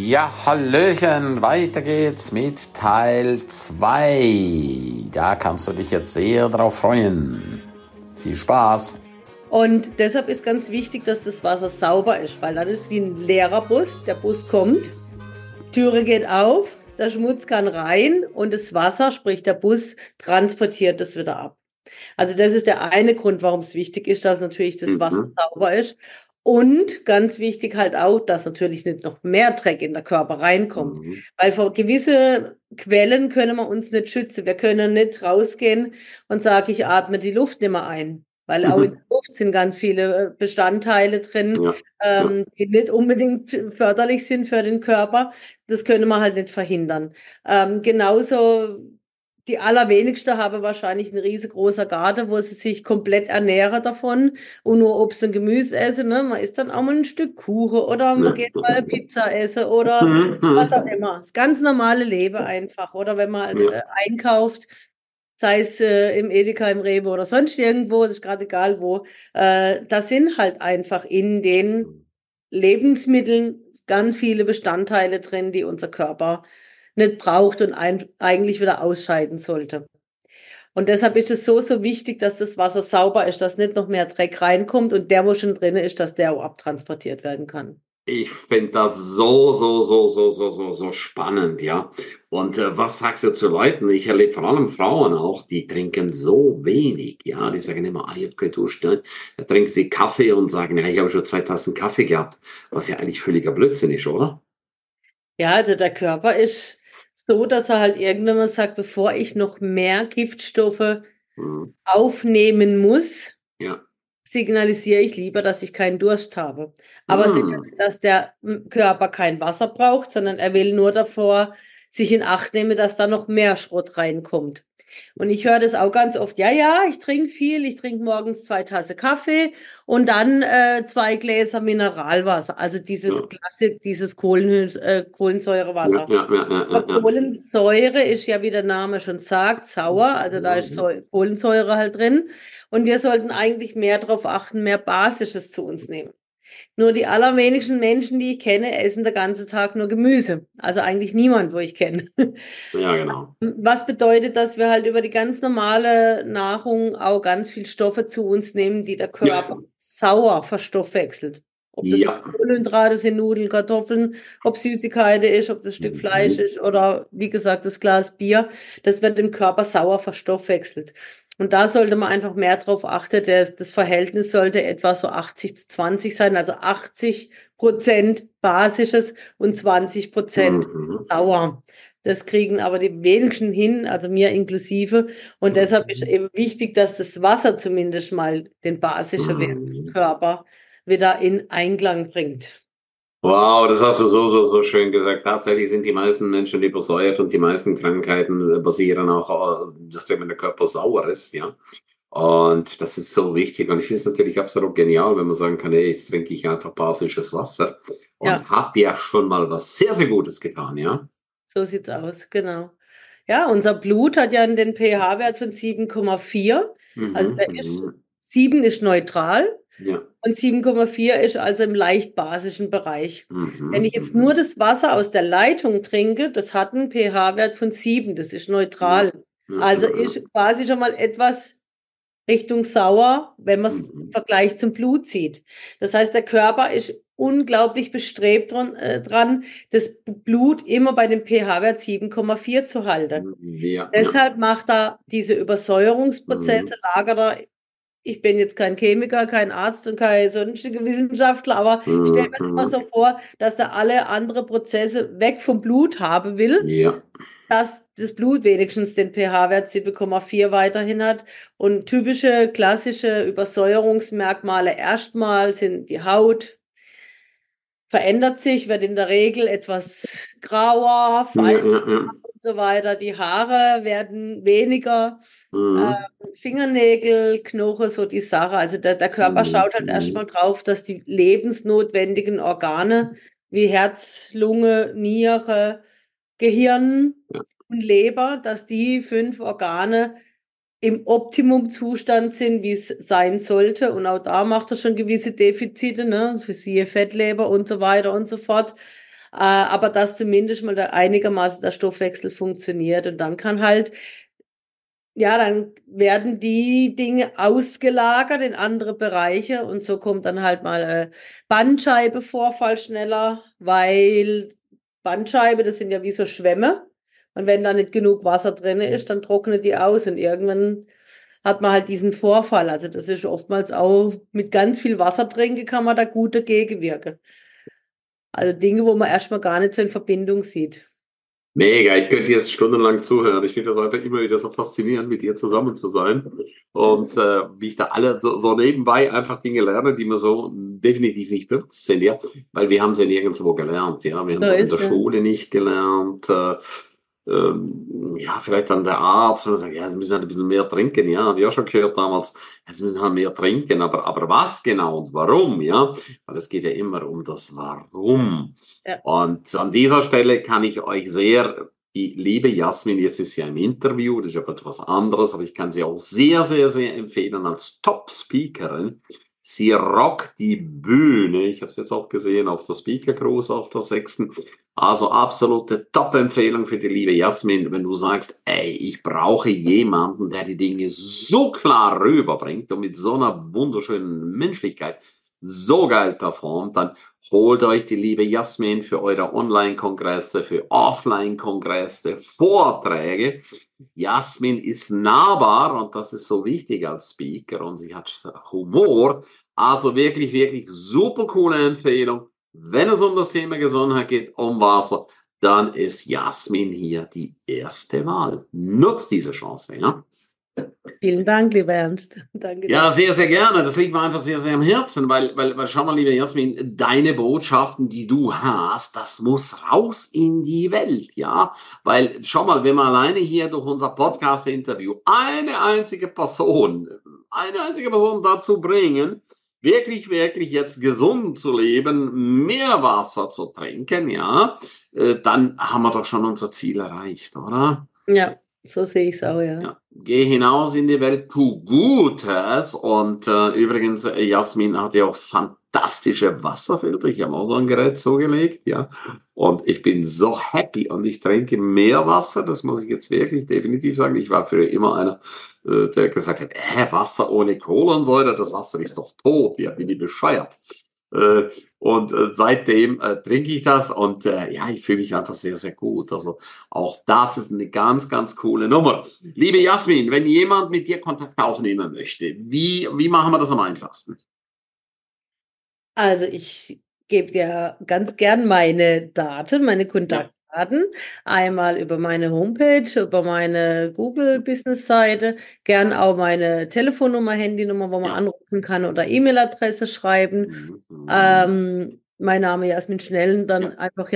Ja, Hallöchen, weiter geht's mit Teil 2. Da kannst du dich jetzt sehr drauf freuen. Viel Spaß. Und deshalb ist ganz wichtig, dass das Wasser sauber ist, weil dann ist es wie ein leerer Bus. Der Bus kommt, Türe geht auf, der Schmutz kann rein und das Wasser, sprich der Bus, transportiert das wieder ab. Also das ist der eine Grund, warum es wichtig ist, dass natürlich das Wasser sauber ist. Und ganz wichtig halt auch, dass natürlich nicht noch mehr Dreck in den Körper reinkommt. Weil vor gewisse Quellen können wir uns nicht schützen. Wir können nicht rausgehen und sagen, ich atme die Luft nicht mehr ein. Weil auch in der Luft sind ganz viele Bestandteile drin, die nicht unbedingt förderlich sind für den Körper. Das können wir halt nicht verhindern. Genauso die allerwenigsten haben wahrscheinlich einen riesengroßen Garten, wo sie sich komplett ernähren davon und nur Obst und Gemüse essen. Ne? Man isst dann auch mal ein Stück Kuchen oder man geht mal eine Pizza essen oder was auch immer. Das ganz normale Leben einfach. Oder wenn man einkauft, sei es im Edeka, im Rewe oder sonst irgendwo, das ist gerade egal wo, da sind halt einfach in den Lebensmitteln ganz viele Bestandteile drin, die unser Körper nicht braucht und eigentlich wieder ausscheiden sollte. Und deshalb ist es so, so wichtig, dass das Wasser sauber ist, dass nicht noch mehr Dreck reinkommt und der, wo schon drin ist, dass der auch abtransportiert werden kann. Ich finde das so spannend, ja. Und was sagst du zu Leuten? Ich erlebe vor allem Frauen auch, die trinken so wenig, ja. Die sagen immer, ich habe keine Durst. Da trinken sie Kaffee und sagen, ja, ich habe schon 2 Tassen Kaffee gehabt, was ja eigentlich völliger Blödsinn ist, oder? Ja, also der Körper ist so, dass er halt irgendwann mal sagt, bevor ich noch mehr Giftstoffe aufnehmen muss, Ja. signalisiere ich lieber, dass ich keinen Durst habe. Aber sicher, dass der Körper kein Wasser braucht, sondern er will nur davor sich in Acht nehmen, dass da noch mehr Schrott reinkommt. Und ich höre das auch ganz oft, ja, ich trinke viel, ich trinke morgens 2 Tassen Kaffee und dann 2 Gläser Mineralwasser, also dieses Kohlensäurewasser. Aber Kohlensäure ist ja, wie der Name schon sagt, sauer, also da ist Kohlensäure halt drin. Und wir sollten eigentlich mehr darauf achten, mehr Basisches zu uns nehmen. Nur die allerwenigsten Menschen, die ich kenne, essen den ganzen Tag nur Gemüse. Also eigentlich niemand, wo ich kenne. Ja, genau. Was bedeutet, dass wir halt über die ganz normale Nahrung auch ganz viel Stoffe zu uns nehmen, die der Körper sauer verstoffwechselt. Ob das jetzt Kohlenhydrate sind, Nudeln, Kartoffeln, ob Süßigkeiten ist, ob das Stück Fleisch ist oder wie gesagt das Glas Bier, das wird im Körper sauer verstoffwechselt. Und da sollte man einfach mehr drauf achten. Das Verhältnis sollte etwa so 80:20 sein, also 80% Basisches und 20% sauer. Das kriegen aber die wenigsten hin, also mir inklusive. Und deshalb ist eben wichtig, dass das Wasser zumindest mal den basischen Wert im Körper wieder in Einklang bringt. Wow, das hast du so schön gesagt. Tatsächlich sind die meisten Menschen übersäuert und die meisten Krankheiten basieren auch, dass der Körper sauer ist, ja. Und das ist so wichtig. Und ich finde es natürlich absolut genial, wenn man sagen kann, hey, jetzt trinke ich einfach basisches Wasser und habe ja schon mal was sehr, sehr Gutes getan, ja. So sieht's aus, genau. Ja, unser Blut hat ja den pH-Wert von 7,4. Also 7 ist neutral. Ja. Und 7,4 ist also im leicht basischen Bereich. Wenn ich jetzt nur das Wasser aus der Leitung trinke, das hat einen pH-Wert von 7, das ist neutral. Also ist quasi schon mal etwas Richtung sauer, wenn man es im Vergleich zum Blut sieht. Das heißt, der Körper ist unglaublich bestrebt dran, das Blut immer bei dem pH-Wert 7,4 zu halten. Deshalb macht er diese Übersäuerungsprozesse, lagert er. Ich bin jetzt kein Chemiker, kein Arzt und kein sonstiger Wissenschaftler, aber ich stelle mir das immer so vor, dass er alle andere Prozesse weg vom Blut haben will, dass das Blut wenigstens den pH-Wert 7,4 weiterhin hat. Und typische, klassische Übersäuerungsmerkmale erstmal sind die Haut, verändert sich, wird in der Regel etwas grauer, und so weiter. Die Haare werden weniger, Fingernägel, Knochen, so die Sache. Also der Körper schaut halt erstmal drauf, dass die lebensnotwendigen Organe wie Herz, Lunge, Niere, Gehirn und Leber, dass die 5 Organe im Optimumzustand sind, wie es sein sollte. Und auch da macht er schon gewisse Defizite, ne? Für siehe Fettleber und so weiter und so fort. aber dass zumindest mal einigermaßen der Stoffwechsel funktioniert und dann kann halt, ja, dann werden die Dinge ausgelagert in andere Bereiche und so kommt dann halt mal Bandscheibenvorfall schneller, weil Bandscheibe, das sind ja wie so Schwämme und wenn da nicht genug Wasser drin ist, dann trocknet die aus und irgendwann hat man halt diesen Vorfall. Also das ist oftmals auch mit ganz viel Wasser trinken kann man da gut dagegen wirken. Also Dinge, wo man erstmal gar nicht so in Verbindung sieht. Mega, ich könnte jetzt stundenlang zuhören. Ich finde das einfach immer wieder so faszinierend, mit dir zusammen zu sein. Und wie ich da alle so nebenbei einfach Dinge lerne, die mir so definitiv nicht bewusst sind, ja. Weil wir haben sie ja nirgendwo gelernt, ja. Wir haben So es auch in der ist, ja. Schule nicht gelernt. Ja, vielleicht dann der Arzt, und sagt, ja, Sie müssen halt ein bisschen mehr trinken, ja. Habe ich auch schon gehört damals, ja, Sie müssen halt mehr trinken. Aber was genau und warum, ja? Weil es geht ja immer um das Warum. Ja. Und an dieser Stelle kann ich euch sehr, die liebe Jasmin, jetzt ist sie ja im Interview, das ist aber etwas anderes, aber ich kann sie auch sehr, sehr, sehr empfehlen als Top-Speakerin. Sie rockt die Bühne. Ich habe es jetzt auch gesehen auf der Speaker Cruise auf der 6. Also absolute Top-Empfehlung für die liebe Jasmin, wenn du sagst, ey, ich brauche jemanden, der die Dinge so klar rüberbringt und mit so einer wunderschönen Menschlichkeit so geil performt, dann holt euch die liebe Jasmin für eure Online-Kongresse, für Offline-Kongresse, Vorträge. Jasmin ist nahbar und das ist so wichtig als Speaker und sie hat Humor. Also wirklich, wirklich super coole Empfehlung. Wenn es um das Thema Gesundheit geht, um Wasser, dann ist Jasmin hier die erste Wahl. Nutzt diese Chance, ja? Vielen Dank, lieber Ernst. Danke dir. Ja, sehr, sehr gerne. Das liegt mir einfach sehr, sehr am Herzen, weil schau mal, liebe Jasmin, deine Botschaften, die du hast, das muss raus in die Welt, ja? Weil, schau mal, wenn wir alleine hier durch unser Podcast-Interview eine einzige Person dazu bringen, wirklich, wirklich jetzt gesund zu leben, mehr Wasser zu trinken, ja, dann haben wir doch schon unser Ziel erreicht, oder? Ja, so sehe ich es auch, ja. Ja, geh hinaus in die Welt, tu Gutes. Und übrigens, Jasmin hat ja auch fantastische Wasserfilter. Ich habe auch so ein Gerät zugelegt, ja. Und ich bin so happy und ich trinke mehr Wasser. Das muss ich jetzt wirklich definitiv sagen. Ich war früher immer einer, der gesagt hat, Wasser ohne Kohlensäure, das Wasser ist doch tot. Ja, bin ich bescheuert. Und seitdem trinke ich das und ja, ich fühle mich einfach sehr, sehr gut. Also auch das ist eine ganz, ganz coole Nummer. Liebe Jasmin, wenn jemand mit dir Kontakt aufnehmen möchte, wie machen wir das am einfachsten? Also ich gebe dir ganz gern meine Daten, meine Ja, Kontaktdaten, einmal über meine Homepage, über meine Google-Business-Seite, gern auch meine Telefonnummer, Handynummer, wo man ja. anrufen kann oder E-Mail-Adresse schreiben. Mhm. Mein Name Jasmin Schnellen, Ja. dann einfach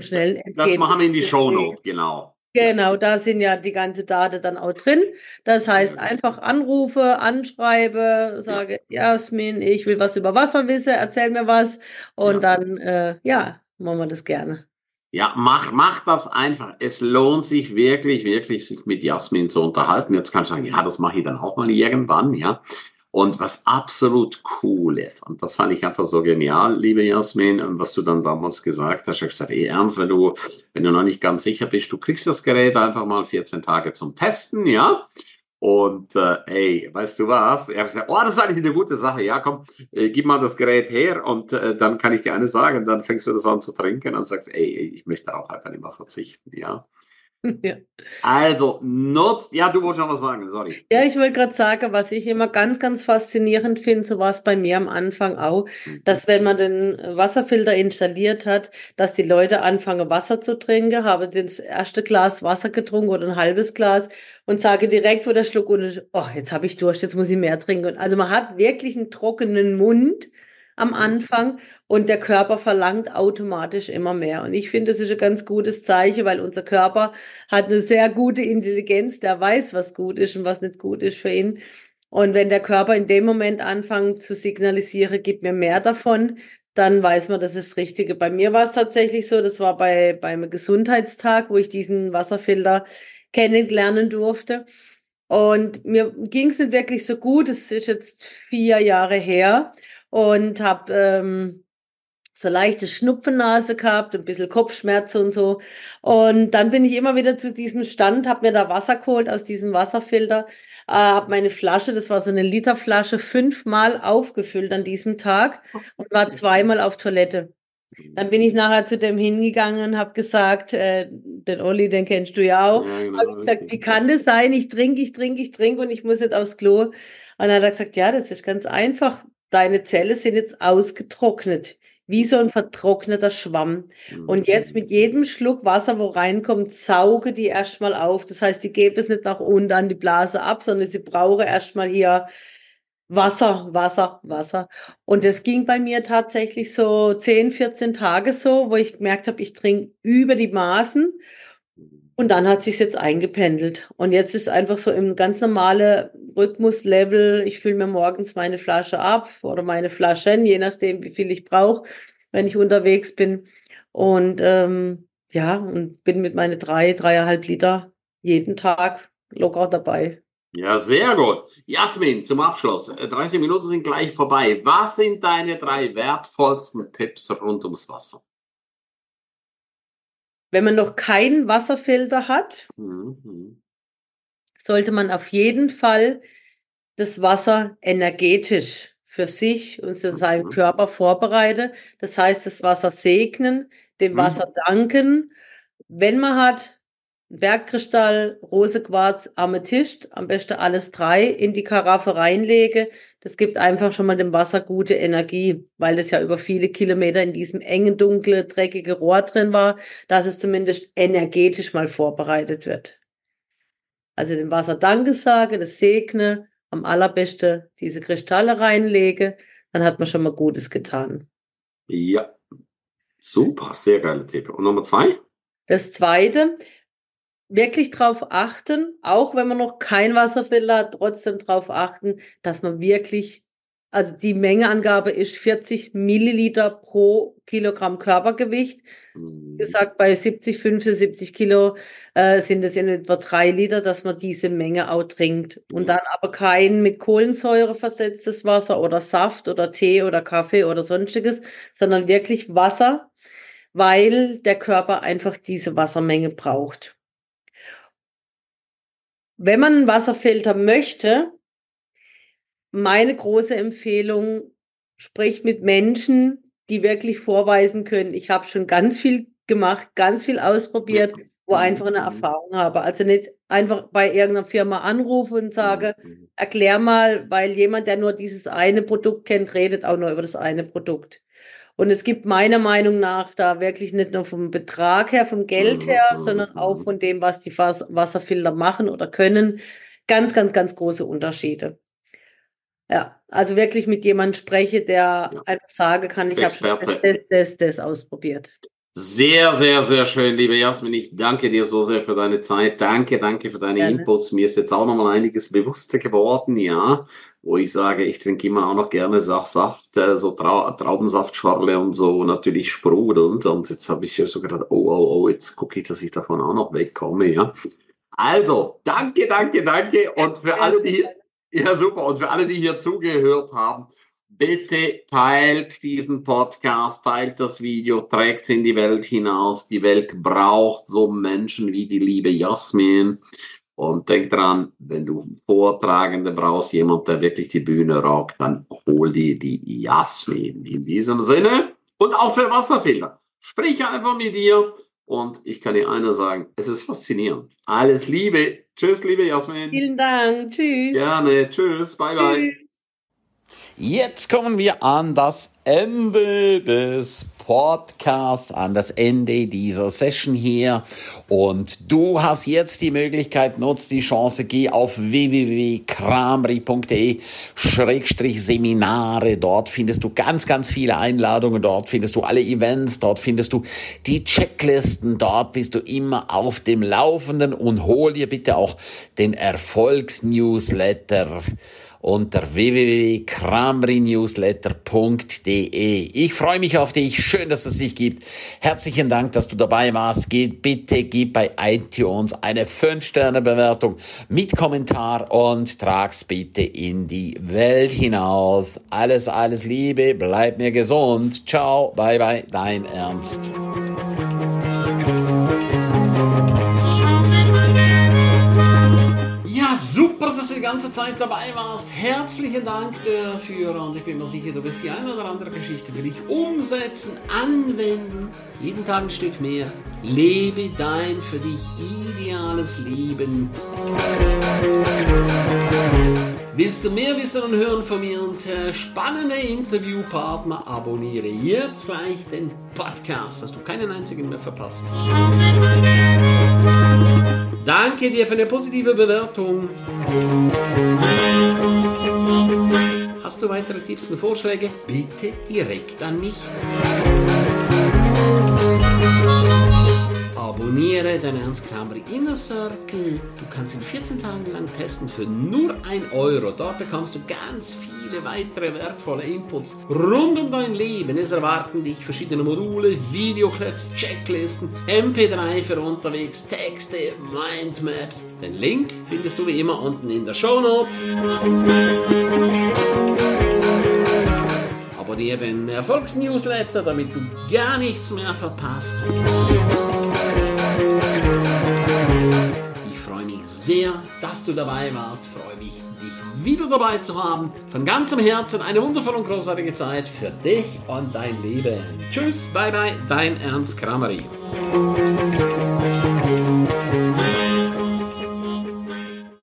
Das machen wir in die jasmin.schnellen@gmx.de. Shownote, genau. Ja, Genau, da sind ja die ganze Daten dann auch drin. Das sehr heißt, gut. einfach anrufe, anschreibe, Ja. sage, Jasmin, ich will was über Wasser wissen, erzähl mir was. Und Ja. dann, ja, machen wir das gerne. Ja, mach das einfach. Es lohnt sich wirklich, wirklich, sich mit Jasmin zu unterhalten. Jetzt kannst du sagen, ja, das mache ich dann auch mal irgendwann, ja. Und was absolut cool ist, und das fand ich einfach so genial, liebe Jasmin, was du dann damals gesagt hast, ich habe gesagt, ernst, wenn du noch nicht ganz sicher bist, du kriegst das Gerät einfach mal 14 Tage zum Testen, ja. Und ey, weißt du was? Er hat gesagt, oh, das ist eigentlich eine gute Sache. Ja, komm, gib mal das Gerät her und dann kann ich dir eines sagen. Dann fängst du das an zu trinken und sagst, ey, ich möchte darauf einfach nicht mehr verzichten. Ja. Ja. Also nutzt, ja, du wolltest noch was sagen, sorry. Ja, ich wollte gerade sagen, was ich immer ganz, ganz faszinierend finde, so war es bei mir am Anfang auch, Mhm. dass wenn man den Wasserfilter installiert hat, dass die Leute anfangen, Wasser zu trinken, haben das erste Glas Wasser getrunken oder ein halbes Glas und sage direkt, wo der Schluck unten ist, oh, jetzt habe ich Durst, jetzt muss ich mehr trinken. Und also man hat wirklich einen trockenen Mund am Mhm. Anfang und der Körper verlangt automatisch immer mehr. Und ich finde, das ist ein ganz gutes Zeichen, weil unser Körper hat eine sehr gute Intelligenz, der weiß, was gut ist und was nicht gut ist für ihn. Und wenn der Körper in dem Moment anfängt zu signalisieren, gib mir mehr davon, dann weiß man, das ist das Richtige. Bei mir war es tatsächlich so, das war beim Gesundheitstag, wo ich diesen Wasserfilter kennenlernen durfte. Und mir ging es nicht wirklich so gut. Es ist jetzt 4 Jahre her und habe so leichte Schnupfennase gehabt, ein bisschen Kopfschmerzen und so. Und dann bin ich immer wieder zu diesem Stand, habe mir da Wasser geholt aus diesem Wasserfilter, habe meine Flasche, das war so eine Literflasche, 5-mal aufgefüllt an diesem Tag und war 2-mal auf Toilette. Dann bin ich nachher zu dem hingegangen und habe gesagt, den Olli, den kennst du ja auch, Ja, genau. habe gesagt, wie kann das sein? Ich trinke und ich muss jetzt aufs Klo. Und dann hat er gesagt, ja, das ist ganz einfach. Deine Zellen sind jetzt ausgetrocknet, wie so ein vertrockneter Schwamm. Und jetzt mit jedem Schluck Wasser, wo reinkommt, sauge die erstmal auf. Das heißt, die gebe es nicht nach unten an die Blase ab, sondern sie brauche erstmal hier Wasser. Und das ging bei mir tatsächlich so 10, 14 Tage so, wo ich gemerkt habe, ich trinke über die Maßen. Und dann hat sich's jetzt eingependelt. Und jetzt ist einfach so im ganz normale Rhythmuslevel. Ich fülle mir morgens meine Flasche ab oder meine Flaschen, je nachdem, wie viel ich brauche, wenn ich unterwegs bin. Und ja, und bin mit meine 3,5 Liter jeden Tag locker dabei. Ja, sehr gut. Jasmin, zum Abschluss. 30 Minuten sind gleich vorbei. Was sind deine 3 wertvollsten Tipps rund ums Wasser? Wenn man noch keinen Wasserfilter hat, sollte man auf jeden Fall das Wasser energetisch für sich und für seinen Körper vorbereiten. Das heißt, das Wasser segnen, dem Wasser danken. Wenn man hat Bergkristall, Rosequarz, Amethyst, am besten alles 3 in die Karaffe reinlege. Das gibt einfach schon mal dem Wasser gute Energie, weil das ja über viele Kilometer in diesem engen, dunklen, dreckigen Rohr drin war, dass es zumindest energetisch mal vorbereitet wird. Also dem Wasser Danke sage, das segne, am allerbesten diese Kristalle reinlege, dann hat man schon mal Gutes getan. Ja, super, sehr geiler Tipp. Und Nummer 2? Das Zweite, wirklich drauf achten, auch wenn man noch kein Wasserfilter hat, trotzdem drauf achten, dass man wirklich, also die Mengeangabe ist 40 Milliliter pro Kilogramm Körpergewicht. Wie gesagt, bei 75 Kilo sind es in etwa 3 Liter, dass man diese Menge auch trinkt. Und dann aber kein mit Kohlensäure versetztes Wasser oder Saft oder Tee oder Kaffee oder sonstiges, sondern wirklich Wasser, weil der Körper einfach diese Wassermenge braucht. Wenn man einen Wasserfilter möchte, meine große Empfehlung, sprich mit Menschen, die wirklich vorweisen können, ich habe schon ganz viel gemacht, ganz viel ausprobiert, wo einfach eine Erfahrung habe. Also nicht einfach bei irgendeiner Firma anrufe und sage, erklär mal, weil jemand, der nur dieses eine Produkt kennt, redet auch nur über das eine Produkt. Und es gibt meiner Meinung nach da wirklich nicht nur vom Betrag her, vom Geld her, sondern auch von dem, was die Wasserfilter machen oder können, ganz, ganz, ganz große Unterschiede. Ja, also wirklich mit jemandem spreche, der einfach sagen kann, ich habe das ausprobiert. Sehr, sehr, sehr schön, liebe Jasmin. Ich danke dir so sehr für deine Zeit. Danke für deine Inputs. Mir ist jetzt auch nochmal einiges bewusster geworden, ja, wo ich sage, ich trinke immer auch noch gerne Saft, so Traubensaftschorle und so, natürlich sprudelnd. Und jetzt habe ich ja so gedacht, oh, jetzt gucke ich, dass ich davon auch noch wegkomme, ja. Also, danke. Und für alle, die ja, super. Und für alle, die hier zugehört haben, bitte teilt diesen Podcast, teilt das Video, trägt es in die Welt hinaus. Die Welt braucht so Menschen wie die liebe Jasmin. Und denk dran, wenn du Vortragende brauchst, jemand, der wirklich die Bühne rockt, dann hol dir die Jasmin. In diesem Sinne und auch für Wasserfilter. Sprich einfach mit dir. Und ich kann dir eines sagen, es ist faszinierend. Alles Liebe. Tschüss, liebe Jasmin. Vielen Dank. Tschüss. Gerne. Tschüss. Bye, bye. Tschüss. Jetzt kommen wir an das Ende des Podcasts, an das Ende dieser Session hier. Und du hast jetzt die Möglichkeit, nutz die Chance, geh auf www.kramri.de/Seminare. Dort findest du ganz, ganz viele Einladungen. Dort findest du alle Events. Dort findest du die Checklisten. Dort bist du immer auf dem Laufenden und hol dir bitte auch den Erfolgsnewsletter. unter www.kramrinewsletter.de. Ich freue mich auf dich. Schön, dass es dich gibt. Herzlichen Dank, dass du dabei warst. Bitte gib bei iTunes eine 5-Sterne-Bewertung mit Kommentar und trag's bitte in die Welt hinaus. Alles Liebe. Bleib mir gesund. Ciao. Bye bye. Dein Ernst. Ja, super, dass du die ganze Zeit dabei warst. Herzlichen Dank dafür und ich bin mir sicher, du wirst die eine oder andere Geschichte für dich umsetzen, anwenden. Jeden Tag ein Stück mehr. Lebe dein für dich ideales Leben. Willst du mehr wissen und hören von mir und spannende Interviewpartner? Abonniere jetzt gleich den Podcast, dass du keinen einzigen mehr verpasst. Danke dir für eine positive Bewertung. Hast du weitere Tipps und Vorschläge? Bitte direkt an mich. Abonniere den Ernst Kramri Inner Circle. Du kannst ihn 14 Tage lang testen für nur 1 €. Dort bekommst du ganz viele weitere wertvolle Inputs rund um dein Leben. Es erwarten dich verschiedene Module, Videoclips, Checklisten, MP3 für unterwegs, Texte, Mindmaps. Den Link findest du wie immer unten in der Shownote. Abonniere den Erfolgsnewsletter, damit du gar nichts mehr verpasst. Ich freue mich sehr, dass du dabei warst. Freue mich, dich wieder dabei zu haben. Von ganzem Herzen eine wundervolle und großartige Zeit für dich und dein Leben. Tschüss, bye bye, dein Ernst Kramri.